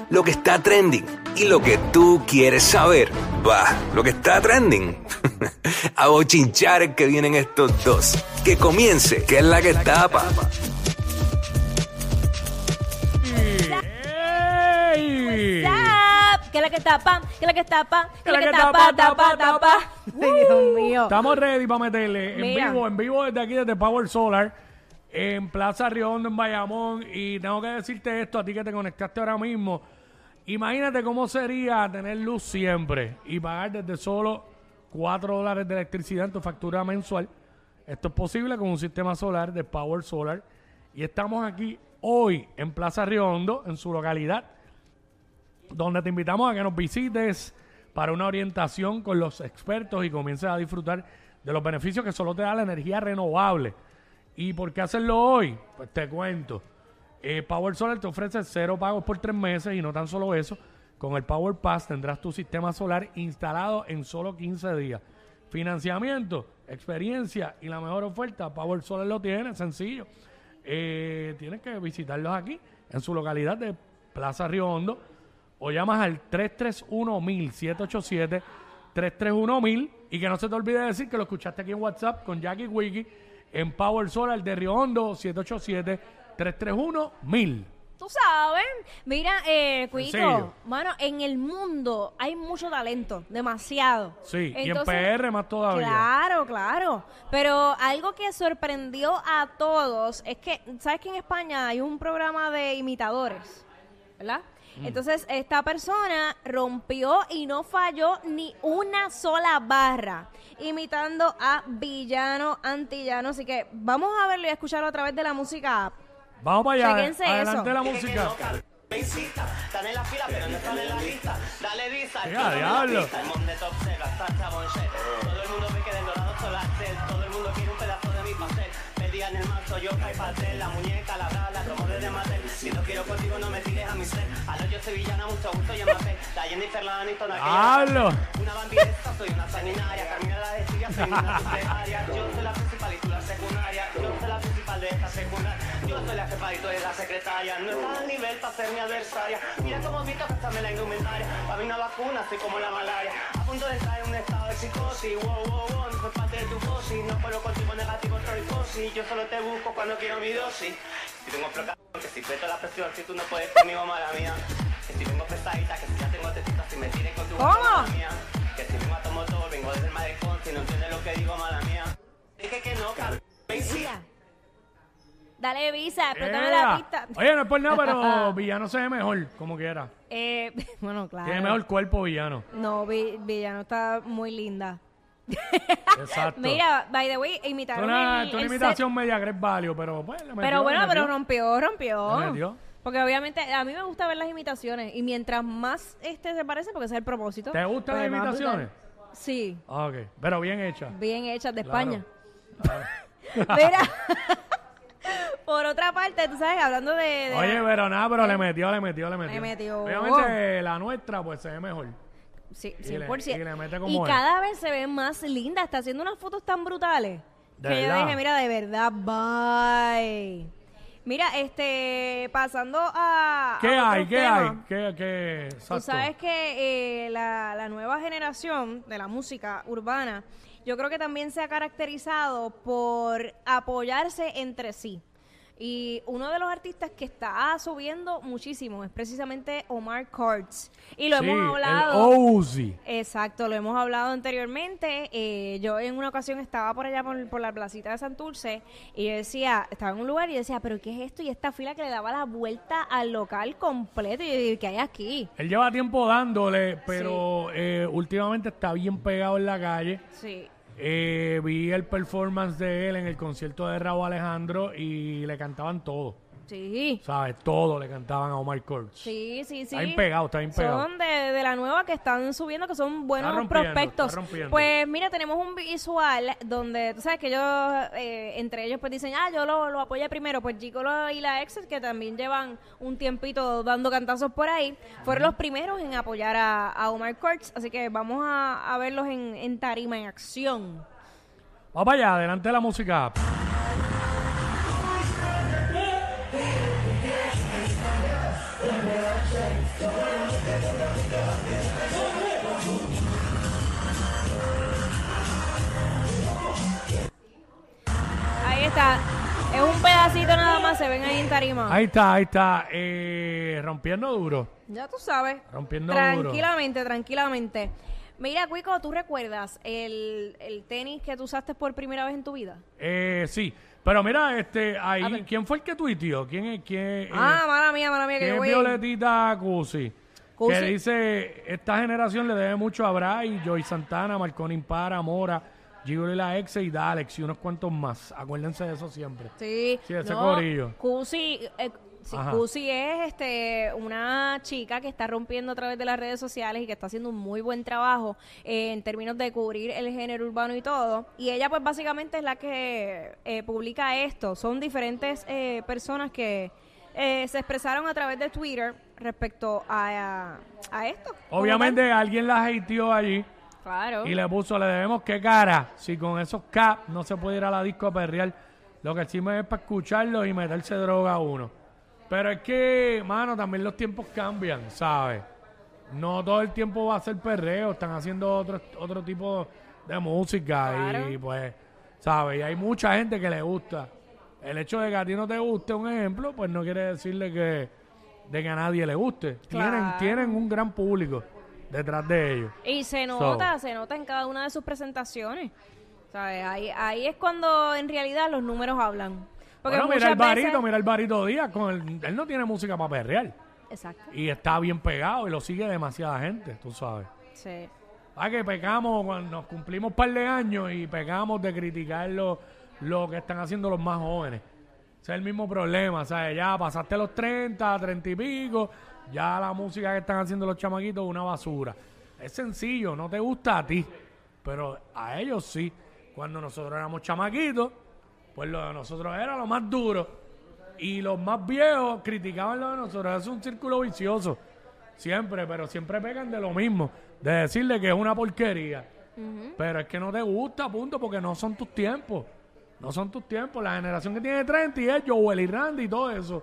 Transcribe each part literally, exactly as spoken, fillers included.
lo que está trending y lo que tú quieres saber. Va, lo que está trending. A bochinchar es que vienen estos dos. Que comience, que es la que tapa. Que la que tapa, que la que tapa, que la que tapa, tapa, tapa. Ay, Dios mío. Estamos ready para meterle en Mira. vivo, en vivo desde aquí, desde Power Solar, en Plaza Río Hondo, en Bayamón. Y tengo que decirte esto a ti que te conectaste ahora mismo. Imagínate cómo sería tener luz siempre y pagar desde solo cuatro dólares de electricidad en tu factura mensual. Esto es posible con un sistema solar de Power Solar. Y estamos aquí hoy en Plaza Río Hondo, en su localidad, donde te invitamos a que nos visites para una orientación con los expertos y comiences a disfrutar de los beneficios que solo te da la energía renovable. ¿Y por qué hacerlo hoy? Pues te cuento. Eh, Power Solar te ofrece cero pagos por tres meses y no tan solo eso. Con el Power Pass tendrás tu sistema solar instalado en solo quince días. Financiamiento, experiencia y la mejor oferta. Power Solar lo tiene, sencillo. Eh, tienes que visitarlos aquí en su localidad de Plaza Río Hondo. O llamas al tres tres uno mil, siete ocho siete, tres tres uno mil y que no se te olvide decir que lo escuchaste aquí en WhatsApp con Jackie Wiki en Power Solar de Río Hondo, siete ocho siete, tres tres uno mil. Tú sabes, mira, eh, Sencillo. Cuico, mano, en el mundo hay mucho talento, demasiado. Sí, y en Entonces, P R más todavía. Claro, claro. Pero algo que sorprendió a todos es que, ¿sabes que en España hay un programa de imitadores? ¿Verdad? Entonces, esta persona rompió y no falló ni una sola barra, imitando a villano antillano. Así que vamos a verlo y a escucharlo a través de la música app. Vamos para allá. Chéquense Adelante eso. la música. Están en la fila, pero no están en la lista. Dale visa, Ya, el que no diablo. me la pista. El monde top cero, hasta Chabonche. Todo el mundo ve que del dorado solo hacer. Todo el mundo quiere un pedazo de mi pastel. Pedían el mazo, yo caí pastel. La muñeca, la bra, la tomo desde Matel. Si no quiero contigo, no me tires a mi ser. A lo yo sevillana, mucho gusto, llámame. La Jennifer, la Aniston, Diablo. una vampiresa, soy una sanguinaria. Camina la destilla, soy una secretaria. Yo soy la principal y tú la secundaria. Yo soy la principal de esta secundaria. Yo soy la jefa y tú eres la secretaria. No estás al nivel para ser mi adversaria. Mira cómo visto que está la indumentaria. Para mí una vacuna, así como la malaria. A punto de entrar en un estado de psicosis. Wow, wow, wow, no soy parte de tu dosis. No puedo contigo negativo, estoy fosi. Yo solo te busco cuando quiero mi dosis. Si tengo floca, que si peto la presión, si tú no puedes conmigo, mala mía. Que si vengo pesadita, que si ya tengo tetitas, si me tires con tu ¿Cómo? boca, mala mía. Que si vengo a tomar todo, vengo desde el malecón. Si no entiendes lo que digo, mala mía. Dije que no, cabrón. Mira. Dale visa, explótame Ea. la pista. Oye, no es por nada, pero Villano se ve mejor, como quiera. Eh, bueno, claro. Tiene mejor cuerpo Villano. No, Vi- Villano está muy linda. Exacto. Mira, by the way, Es imitaron una, el, es una el imitación media Great Value, pero pues le set. metió, Pero bueno, le pero metió. rompió, rompió. Le metió. Porque obviamente a mí me gusta ver las imitaciones y mientras más este se parece, porque ese es el propósito. ¿Te gustan pues, las más imitaciones? brutal. Sí, Ah, ok, pero bien hecha. bien hechas de Claro. España. Mira, por otra parte, tú sabes, hablando de... de Oye, pero nada, pero le metió, le metió, le metió. Le metió. Obviamente la nuestra pues se ve mejor. Sí, Y le- cien por ciento. y le mete como Y es. cada vez se ve más linda. Está haciendo unas fotos tan brutales. De que yo verdad. dije, mira, de verdad, bye. Mira, este, pasando a. ¿Qué a hay? otros ¿Qué temas. hay? ¿Qué, qué? Tú Exacto. sabes que eh, la, la nueva generación de la música urbana, yo creo que también se ha caracterizado por apoyarse entre sí. Y uno de los artistas que está subiendo muchísimo es precisamente Omar Courtz. Y lo Sí, hemos hablado. el Ozzy. Exacto, lo hemos hablado anteriormente. Eh, yo en una ocasión estaba por allá por, por la placita de Santurce y yo decía, estaba en un lugar y yo decía, pero ¿qué es esto? Y esta fila que le daba la vuelta al local completo. Y yo digo, ¿qué hay aquí? Él lleva tiempo dándole, pero eh, últimamente está bien pegado en la calle. Sí. Eh, vi el performance de él en el concierto de Raúl Alejandro y le cantaban todo. Sí. ¿Sabes? Todo le cantaban a Omar Courtz. Sí, sí, sí. Está bien pegado, está bien pegado. Son de, de la nueva que están subiendo, que son buenos Está rompiendo, prospectos. está rompiendo. Pues mira, tenemos un visual donde, tú sabes que ellos, eh, entre ellos, pues dicen, ah, yo lo, lo apoyé primero. Pues Gigolo y la Exes, que también llevan un tiempito dando cantazos por ahí, fueron los primeros en apoyar a, a Omar Courtz. Así que vamos a, a verlos en, en tarima, en acción. Vamos para allá, adelante la música. pedacito nada más se ven ahí en tarima. Ahí está, ahí está. Eh, rompiendo duro. Ya tú sabes. Rompiendo duro. Tranquilamente, tranquilamente. Mira, Cuico, ¿tú recuerdas el, el tenis que tú usaste por primera vez en tu vida? Eh, sí. Pero mira, este, A ahí, ver. ¿quién fue el que tuiteó? ¿Quién es? ¿Quién, Ah, eh, mala mía, mala mía, que ¿quién yo es voy. Violetita Cusi? Cusi. Que dice, esta generación le debe mucho a Bray, Joy Santana, Marconi Impara, Mora, Gigolo y la Ex y Dalex y unos cuantos más. Acuérdense de eso siempre. Sí, Sí, ese no, corillo. Cusi, eh, sí, Ajá. Cusi es este, una chica que está rompiendo a través de las redes sociales y que está haciendo un muy buen trabajo eh, en términos de cubrir el género urbano y todo. Y ella pues básicamente es la que eh, publica esto. Son diferentes eh, personas que eh, se expresaron a través de Twitter respecto a, a, a esto. como Obviamente alguien la hateó allí tal. Claro. y le puso, le debemos qué cara, si con esos cap no se puede ir a la disco a perrear, lo que sí me es para escucharlo y meterse droga a uno. Pero es que, mano, también los tiempos cambian, ¿sabes? No todo el tiempo va a ser perreo, están haciendo otro, otro tipo de música Claro. y pues, ¿sabes? Y hay mucha gente que le gusta. El hecho de que a ti no te guste un ejemplo, pues no quiere decirle que, de que a nadie le guste. Tienen, Claro. tienen un gran público detrás de ellos. Y se nota, se nota en cada una de sus presentaciones. ¿Sabes? Ahí, ahí es cuando en realidad los números hablan. Porque Bueno, muchas mira el veces... Barito, mira el Barito Díaz, con el- él no tiene música para perrear. Exacto. Y está bien pegado y lo sigue demasiada gente, tú sabes. Sí. Ah, que pecamos cuando nos cumplimos un par de años y pecamos de criticar lo, lo que están haciendo los más jóvenes. Ese es el mismo problema, ¿sabes? Ya pasaste los treinta, treinta y pico, ya la música que están haciendo los chamaquitos es una basura. Es sencillo, no te gusta a ti, pero a ellos sí. Cuando nosotros éramos chamaquitos, pues lo de nosotros era lo más duro. Y los más viejos criticaban lo de nosotros. Es un círculo vicioso. Siempre, pero siempre pegan de lo mismo. De decirle que es una porquería. Pero es que no te gusta, punto, porque no son tus tiempos. No son tus tiempos. La generación que tiene treinta y es Joel y Randy y todo eso.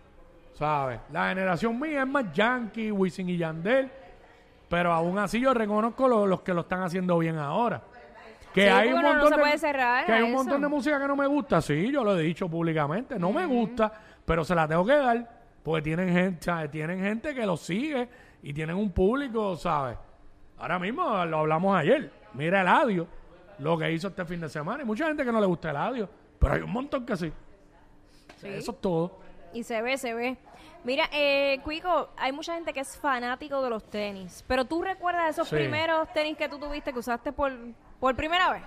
¿Sabes? La generación mía es más Yankee, Wisin y Yandel. Pero aún así yo reconozco lo- los que lo están haciendo bien ahora. Que Sí, hay un porque uno no montón se de, puede cerrar que a hay un eso. montón de música que no me gusta, sí, yo lo he dicho públicamente, no me gusta, pero se la tengo que dar porque tienen gente, ¿sabes? Tienen gente que lo sigue y tienen un público, ¿sabes? Ahora mismo lo hablamos ayer. Mira Eladio, lo que hizo este fin de semana, y mucha gente que no le gusta Eladio, pero hay un montón que sí. Sí. Eso es todo. Y se ve, se ve. Mira, eh, Cuico, hay mucha gente que es fanático de los tenis. Pero tú recuerdas esos Sí. primeros tenis que tú tuviste que usaste por, por primera vez.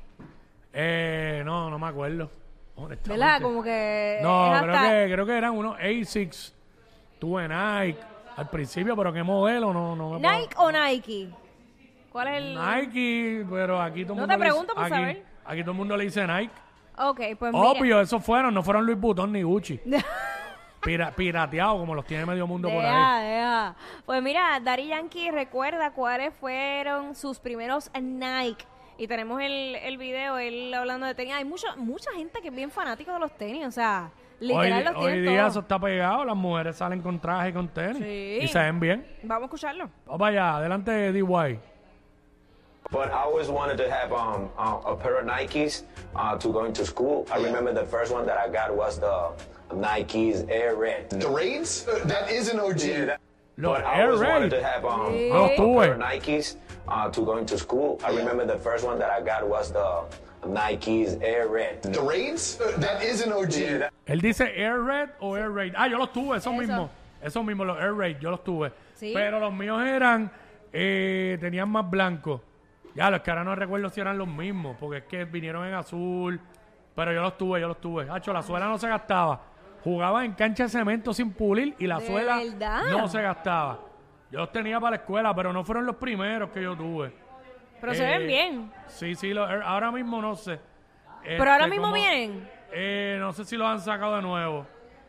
Eh, no, no me acuerdo. Honestamente. ¿Verdad? Como que. No, es creo hasta- que, creo que eran unos Asics. Tuve Nike al principio, pero qué modelo, no, no me puedo- ¿Nike o Nike? ¿Cuál es el...? Nike, pero aquí todo el No mundo te le pregunto por dice, aquí, saber. aquí todo el mundo le dice Nike. Ok, pues mira. Obvio, esos fueron, no fueron Louis Vuitton ni Gucci. Pira, pirateados como los tiene medio mundo por Deja, ahí. deja. Pues mira, Daddy Yankee recuerda cuáles fueron sus primeros Nike. Y tenemos el, el video, él hablando de tenis. Hay mucha, mucha gente que es bien fanática de los tenis, o sea, Hoy, literal los hoy tienen día todos. eso está pegado, las mujeres salen con traje y con tenis. Sí. Y se ven bien. Vamos a escucharlo. Vamos para allá, adelante D Y. But I always wanted to have um, uh, a pair of Nikes uh, to going to school. I remember the first one that I got was the Nikes Air Red. The Raids? Uh, that is an O G. Yeah, that- Los but I Air always wanted Raid. to have um, Sí. Los a tuve. pair of Nikes uh, to going to school. I remember the first one that I got was the Nikes Air Red. The Raids? Uh, that is an O G. Yeah, that- Él dice Air Red o Air Raid. Ah, yo los tuve, esos Eso. mismos. Esos mismos, los Air Raid, yo los tuve. Sí. Pero los míos eran, eh, tenían más blancos. Ya, los que ahora no recuerdo si eran los mismos, porque es que vinieron en azul. Pero yo los tuve, yo los tuve. Hacho, la suela no se gastaba. Jugaba en cancha de cemento sin pulir y la ¿De suela verdad? no se gastaba. Yo los tenía para la escuela, pero no fueron los primeros que yo tuve. Pero se Eh, ven bien. Sí, sí, los Air- ahora mismo no sé. Pero ahora Este, mismo cómo- vienen. eh, no sé si los han sacado de nuevo.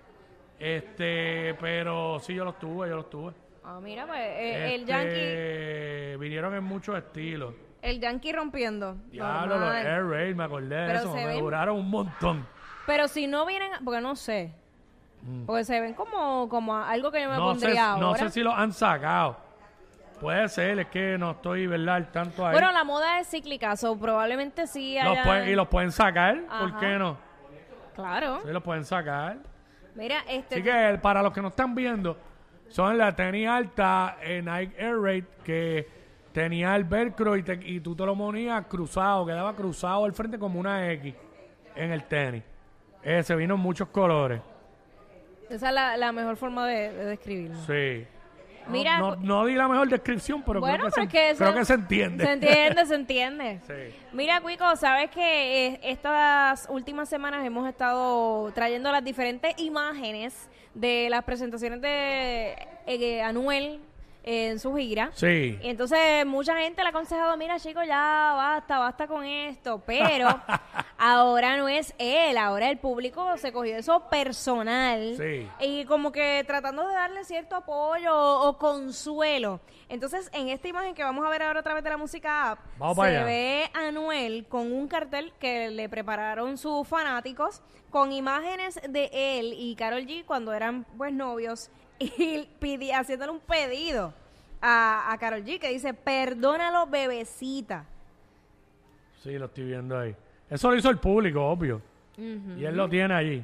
Este, pero sí, yo los tuve, yo los tuve. Ah, mira, pues eh, el Este, Yankee, vinieron en muchos estilos. el Yankee rompiendo. Diablo, los Normal. Air Raid, me acordé de Pero eso. se Me ven- duraron un montón. Pero si no vienen, porque no sé. Porque se ven como, como algo que yo me Mm. No sé, pondría no ahora. sé si los han sacado. Puede ser, es que no estoy, ¿verdad? Al tanto ahí. Bueno, la moda es cíclica, so probablemente sí Los haya... pueden- y los pueden sacar, ¿por Ajá. qué no? Claro. Sí, los pueden sacar. Mira, este... Así que para los que no están viendo, son la tenis alta en Nike Air Raid que tenía el velcro y, te, y tú te lo ponías cruzado, quedaba cruzado al frente como una X en el tenis. Eh, se vino en muchos colores. Esa es la, la mejor forma de, de describirlo. Sí. No, Mira, no, no di la mejor descripción, pero bueno, creo, que, pero se, es que eso- creo que se entiende. Se entiende, se entiende. Sí. Mira, Cuico, sabes que eh, estas últimas semanas hemos estado trayendo las diferentes imágenes de las presentaciones de eh, Anuel en su gira. Sí. Y entonces mucha gente le ha aconsejado, mira chicos, ya basta, basta con esto, pero ahora no es él, ahora el público se cogió eso personal Sí. y como que tratando de darle cierto apoyo o, o consuelo. Entonces en esta imagen que vamos a ver ahora a través de la música app, Vamos para se allá. ve a Anuel con un cartel que le prepararon sus fanáticos con imágenes de él y Karol G cuando eran pues novios y pidi- haciéndole un pedido a, a Karol G que dice, perdónalo, bebecita. Sí, lo estoy viendo ahí. Eso lo hizo el público, obvio. Y él lo tiene allí.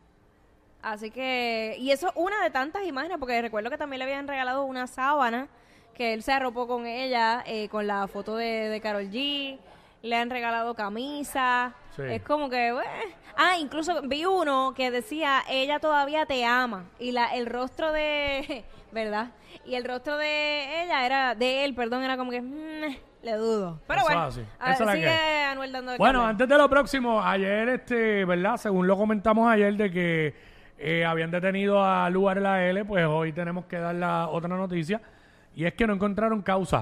Así que, y eso es una de tantas imágenes, porque recuerdo que también le habían regalado una sábana que él se arropó con ella, eh, con la foto de, de Karol G. Le han regalado camisa. Sí. Es como que, bueno. Ah, incluso vi uno que decía, ella todavía te ama. Y la el rostro de, ¿verdad? Y el rostro de ella era, de él, perdón, era como que, mm, le dudo. Pero Eso bueno, así. a- Esa es la sigue que hay. Anuel dando de Bueno, qué hablar. antes de lo próximo, ayer, este, ¿verdad? Según lo comentamos ayer de que eh, habían detenido a Lugar La L, pues hoy tenemos que dar la otra noticia. Y es que no encontraron causa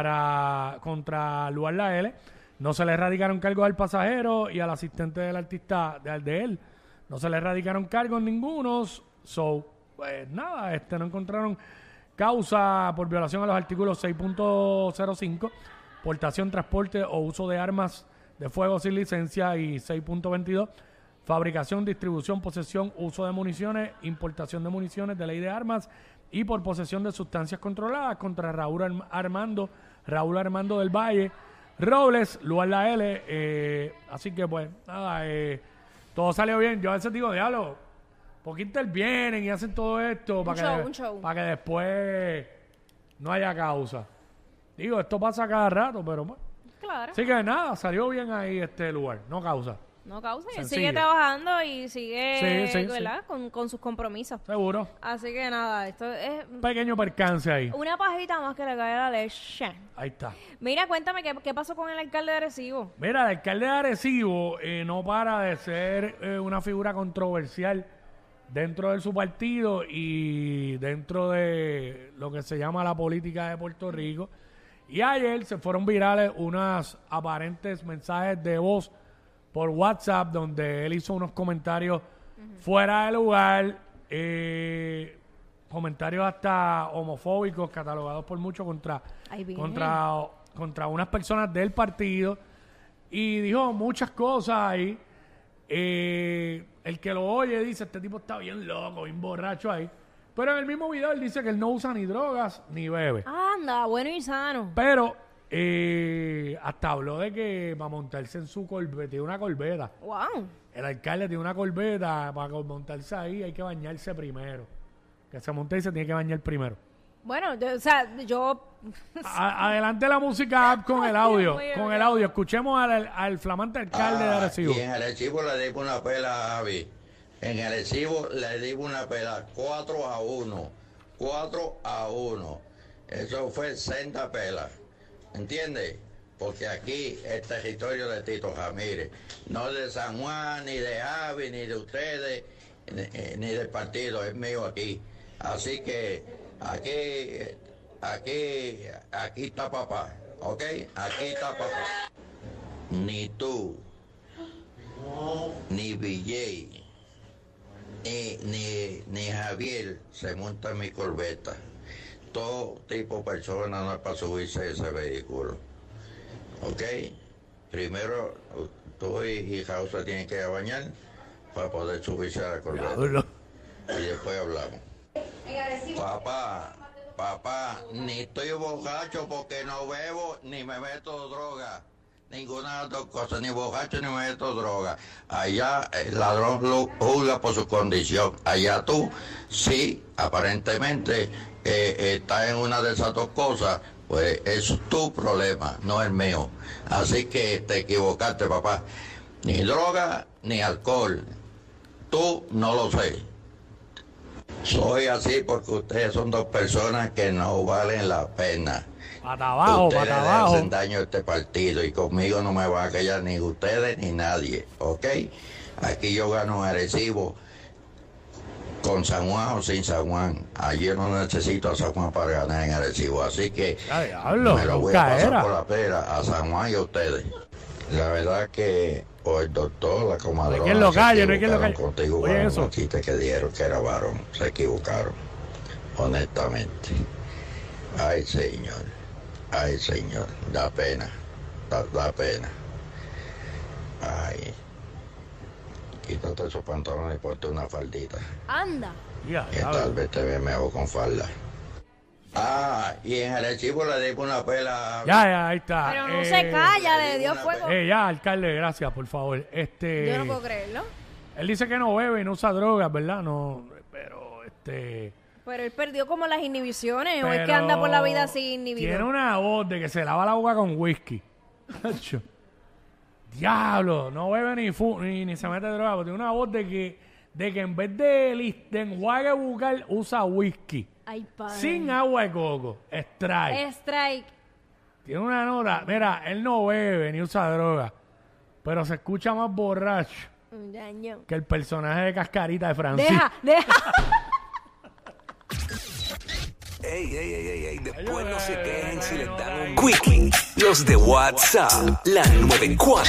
para contra Lugar La L. No se le erradicaron cargos al pasajero y al asistente del artista, de, de él. No se le erradicaron cargos ningunos. So, pues nada, este no encontraron causa por violación a los artículos seis punto cero cinco, portación, transporte o uso de armas de fuego sin licencia, y seis punto veintidós, fabricación, distribución, posesión, uso de municiones, importación de municiones de ley de armas y por posesión de sustancias controladas contra Raúl Arm- Armando, Raúl Armando del Valle Robles, Lugar La L. Eh, así que pues nada, eh, todo salió bien. Yo a veces digo, diablo, ¿por qué intervienen y hacen todo esto para show, que, un show. para que después no haya causa? Digo, esto pasa cada rato, pero pues. Claro. Así que nada, salió bien ahí este lugar, no causa. No causa, y Sencillo. sigue trabajando y sigue, Sí, sí, ¿verdad? Con, con sus compromisos. Seguro. Así que nada, esto es Un pequeño percance ahí. una pajita más que le cae a la leche. Ahí está. Mira, cuéntame, ¿qué, qué pasó con el alcalde de Arecibo? Mira, el alcalde de Arecibo eh, no para de ser eh, una figura controversial dentro de su partido y dentro de lo que se llama la política de Puerto Rico. Y ayer se fueron virales unos aparentes mensajes de voz por WhatsApp donde él hizo unos comentarios fuera de lugar, eh, comentarios hasta homofóbicos catalogados por muchos contra, Ay, bien. contra, contra unas personas del partido, y dijo muchas cosas ahí. Eh, el que lo oye dice, este tipo está bien loco, bien borracho ahí. Pero en el mismo video él dice que él no usa ni drogas ni bebe. Anda, bueno y sano. Pero eh, hasta habló de que para montarse en su corbeta, tiene una corbeta. Wow. El alcalde tiene una corbeta, para montarse ahí hay que bañarse primero. Que se monte y se tiene que bañar primero. Bueno, yo- o sea, yo... A- adelante la música app con el audio. Muy bien, Con muy el bien. audio. Escuchemos al, al flamante alcalde de Ah, Arecibo. Y en Arecibo le dimos una pela a Javi. En Arecibo le dimos una pela cuatro a uno. cuatro a uno. Eso fue senda pela. ¿Entiendes? Porque aquí es territorio de Tito Ramírez. No de San Juan, ni de Javi, ni de ustedes, ni, eh, ni del partido. Es mío aquí. Así que aquí, aquí, aquí está papá. ¿Ok? Aquí está papá. Ni tú, ni B J, ni, ni, ni Javier se monta en mi corbeta. Todo tipo de persona no es para subirse a ese vehículo. ¿Ok? Primero, tú y, y Jausa tienen que ir a bañar para poder subirse a la corbeta. Diablo. Y después hablamos. Papá, papá, ni estoy borracho porque no bebo ni me meto droga. ninguna de las dos cosas, ni borracho ni meto droga. Allá el ladrón lo juzga por su condición. Allá tú, sí, aparentemente eh, estás en una de esas dos cosas, pues es tu problema, no el mío. Así que te equivocaste, papá. Ni droga, ni alcohol. Tú no lo sé. Soy así porque ustedes son dos personas que no valen la pena. Pata abajo, Ustedes pata le abajo. hacen daño a este partido y conmigo no me va a callar ni ustedes ni nadie, ¿ok? Aquí yo gano en Arecibo con San Juan o sin San Juan. Allí no necesito a San Juan para ganar en Arecibo, así que Ya, diablo, me lo voy a nunca pasar era. por la pera a San Juan y a ustedes. La verdad que o el doctor, la comadrona, No hay quien lo se calle, no hay quien lo equivocaron calle. contigo, Oye, varón, eso. los chistes que dieron que era varón, se equivocaron, honestamente. Ay, señor, ay, señor, da pena, da, da pena. Ay, quítate esos pantalones y ponte una faldita, Anda. Ya, que diablo. tal vez te ve mejor con falda. Ah, y en Arecibo le dimos una pela. Ya, ya, ahí está. Pero no Eh, se calla, le dio fuego. Eh, ya, alcalde, gracias, por favor. Este, Yo no puedo creerlo. Él dice que no bebe y no usa drogas, ¿verdad? No, pero este... Pero él perdió como las inhibiciones. O es que pero anda por la vida sin inhibido. Tiene una voz de que se lava la boca con whisky. Hacho. Diablo, no bebe ni, fu ni, ni se mete droga, pero tiene una voz de que, de que en vez de, lis- de enjuague bucal usa whisky. Ay, padre. Sin agua de coco. Strike. Strike. Tiene una nota. Mira, él no bebe ni usa droga, pero se escucha más borracho Un daño. que el personaje de Cascarita de Francisco. Deja, deja. Ey, ey, ey, ey, ey, después Ay, no se ay, quejen ay, si les ay, dan ay. un quickie. Los de WhatsApp, la noventa y cuatro.